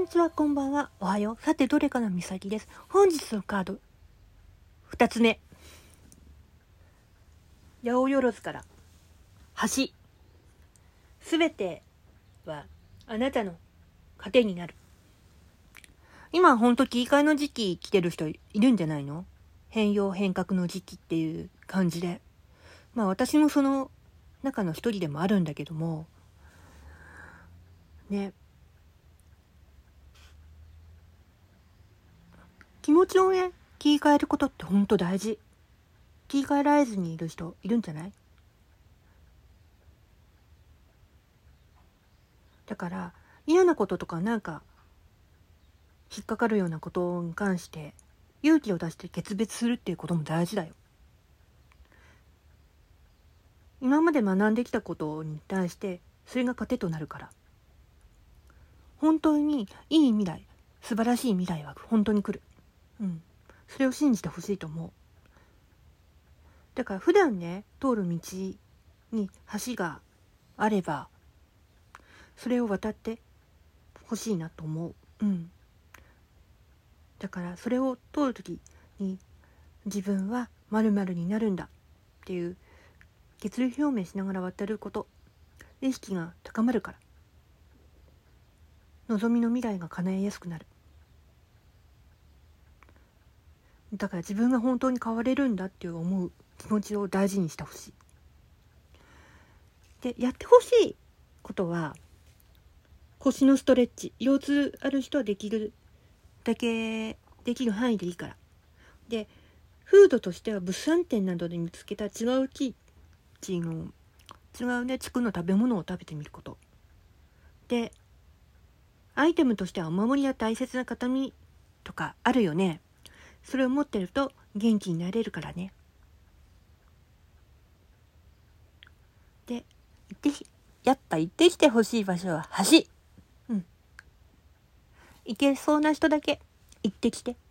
んにちは、こんばんは、おはよう。さて、どれかのみさきです。本日のカード、2つ目。八百万から橋。すべてはあなたの糧になる。今ほんと切り替えの時期来てる人いるんじゃないの？変容変革の時期っていう感じで。まあ私もその中の一人でもあるんだけども、ね。気持ちをね、切り替えることってほんと大事。切り替えられずにいる人いるんじゃない？だから嫌なこととかなんか引っかかるようなことに関して勇気を出して決別するっていうことも大事だよ。今まで学んできたことに対してそれが糧となるから、本当にいい未来、素晴らしい未来は本当に来る。それを信じてほしいと思う。だから普段ね、通る道に橋があればそれを渡ってほしいなと思う。だからそれを通るときに自分は〇〇になるんだっていう決意表明しながら渡ること、意識が高まるから望みの未来が叶えやすくなる。だから自分が本当に変われるんだっていう思う気持ちを大事にしてほしい。で、やってほしいことは腰のストレッチ。腰痛ある人はできるだけできる範囲でいいから。で、フードとしては物産展などで見つけた違う地域の違うね、地区の食べ物を食べてみること。で、アイテムとしてはお守りや大切な形見とかあるよね。それを持ってると元気になれるからね。で、やっぱ行ってきてほしい場所は橋。行けそうな人だけ行ってきて。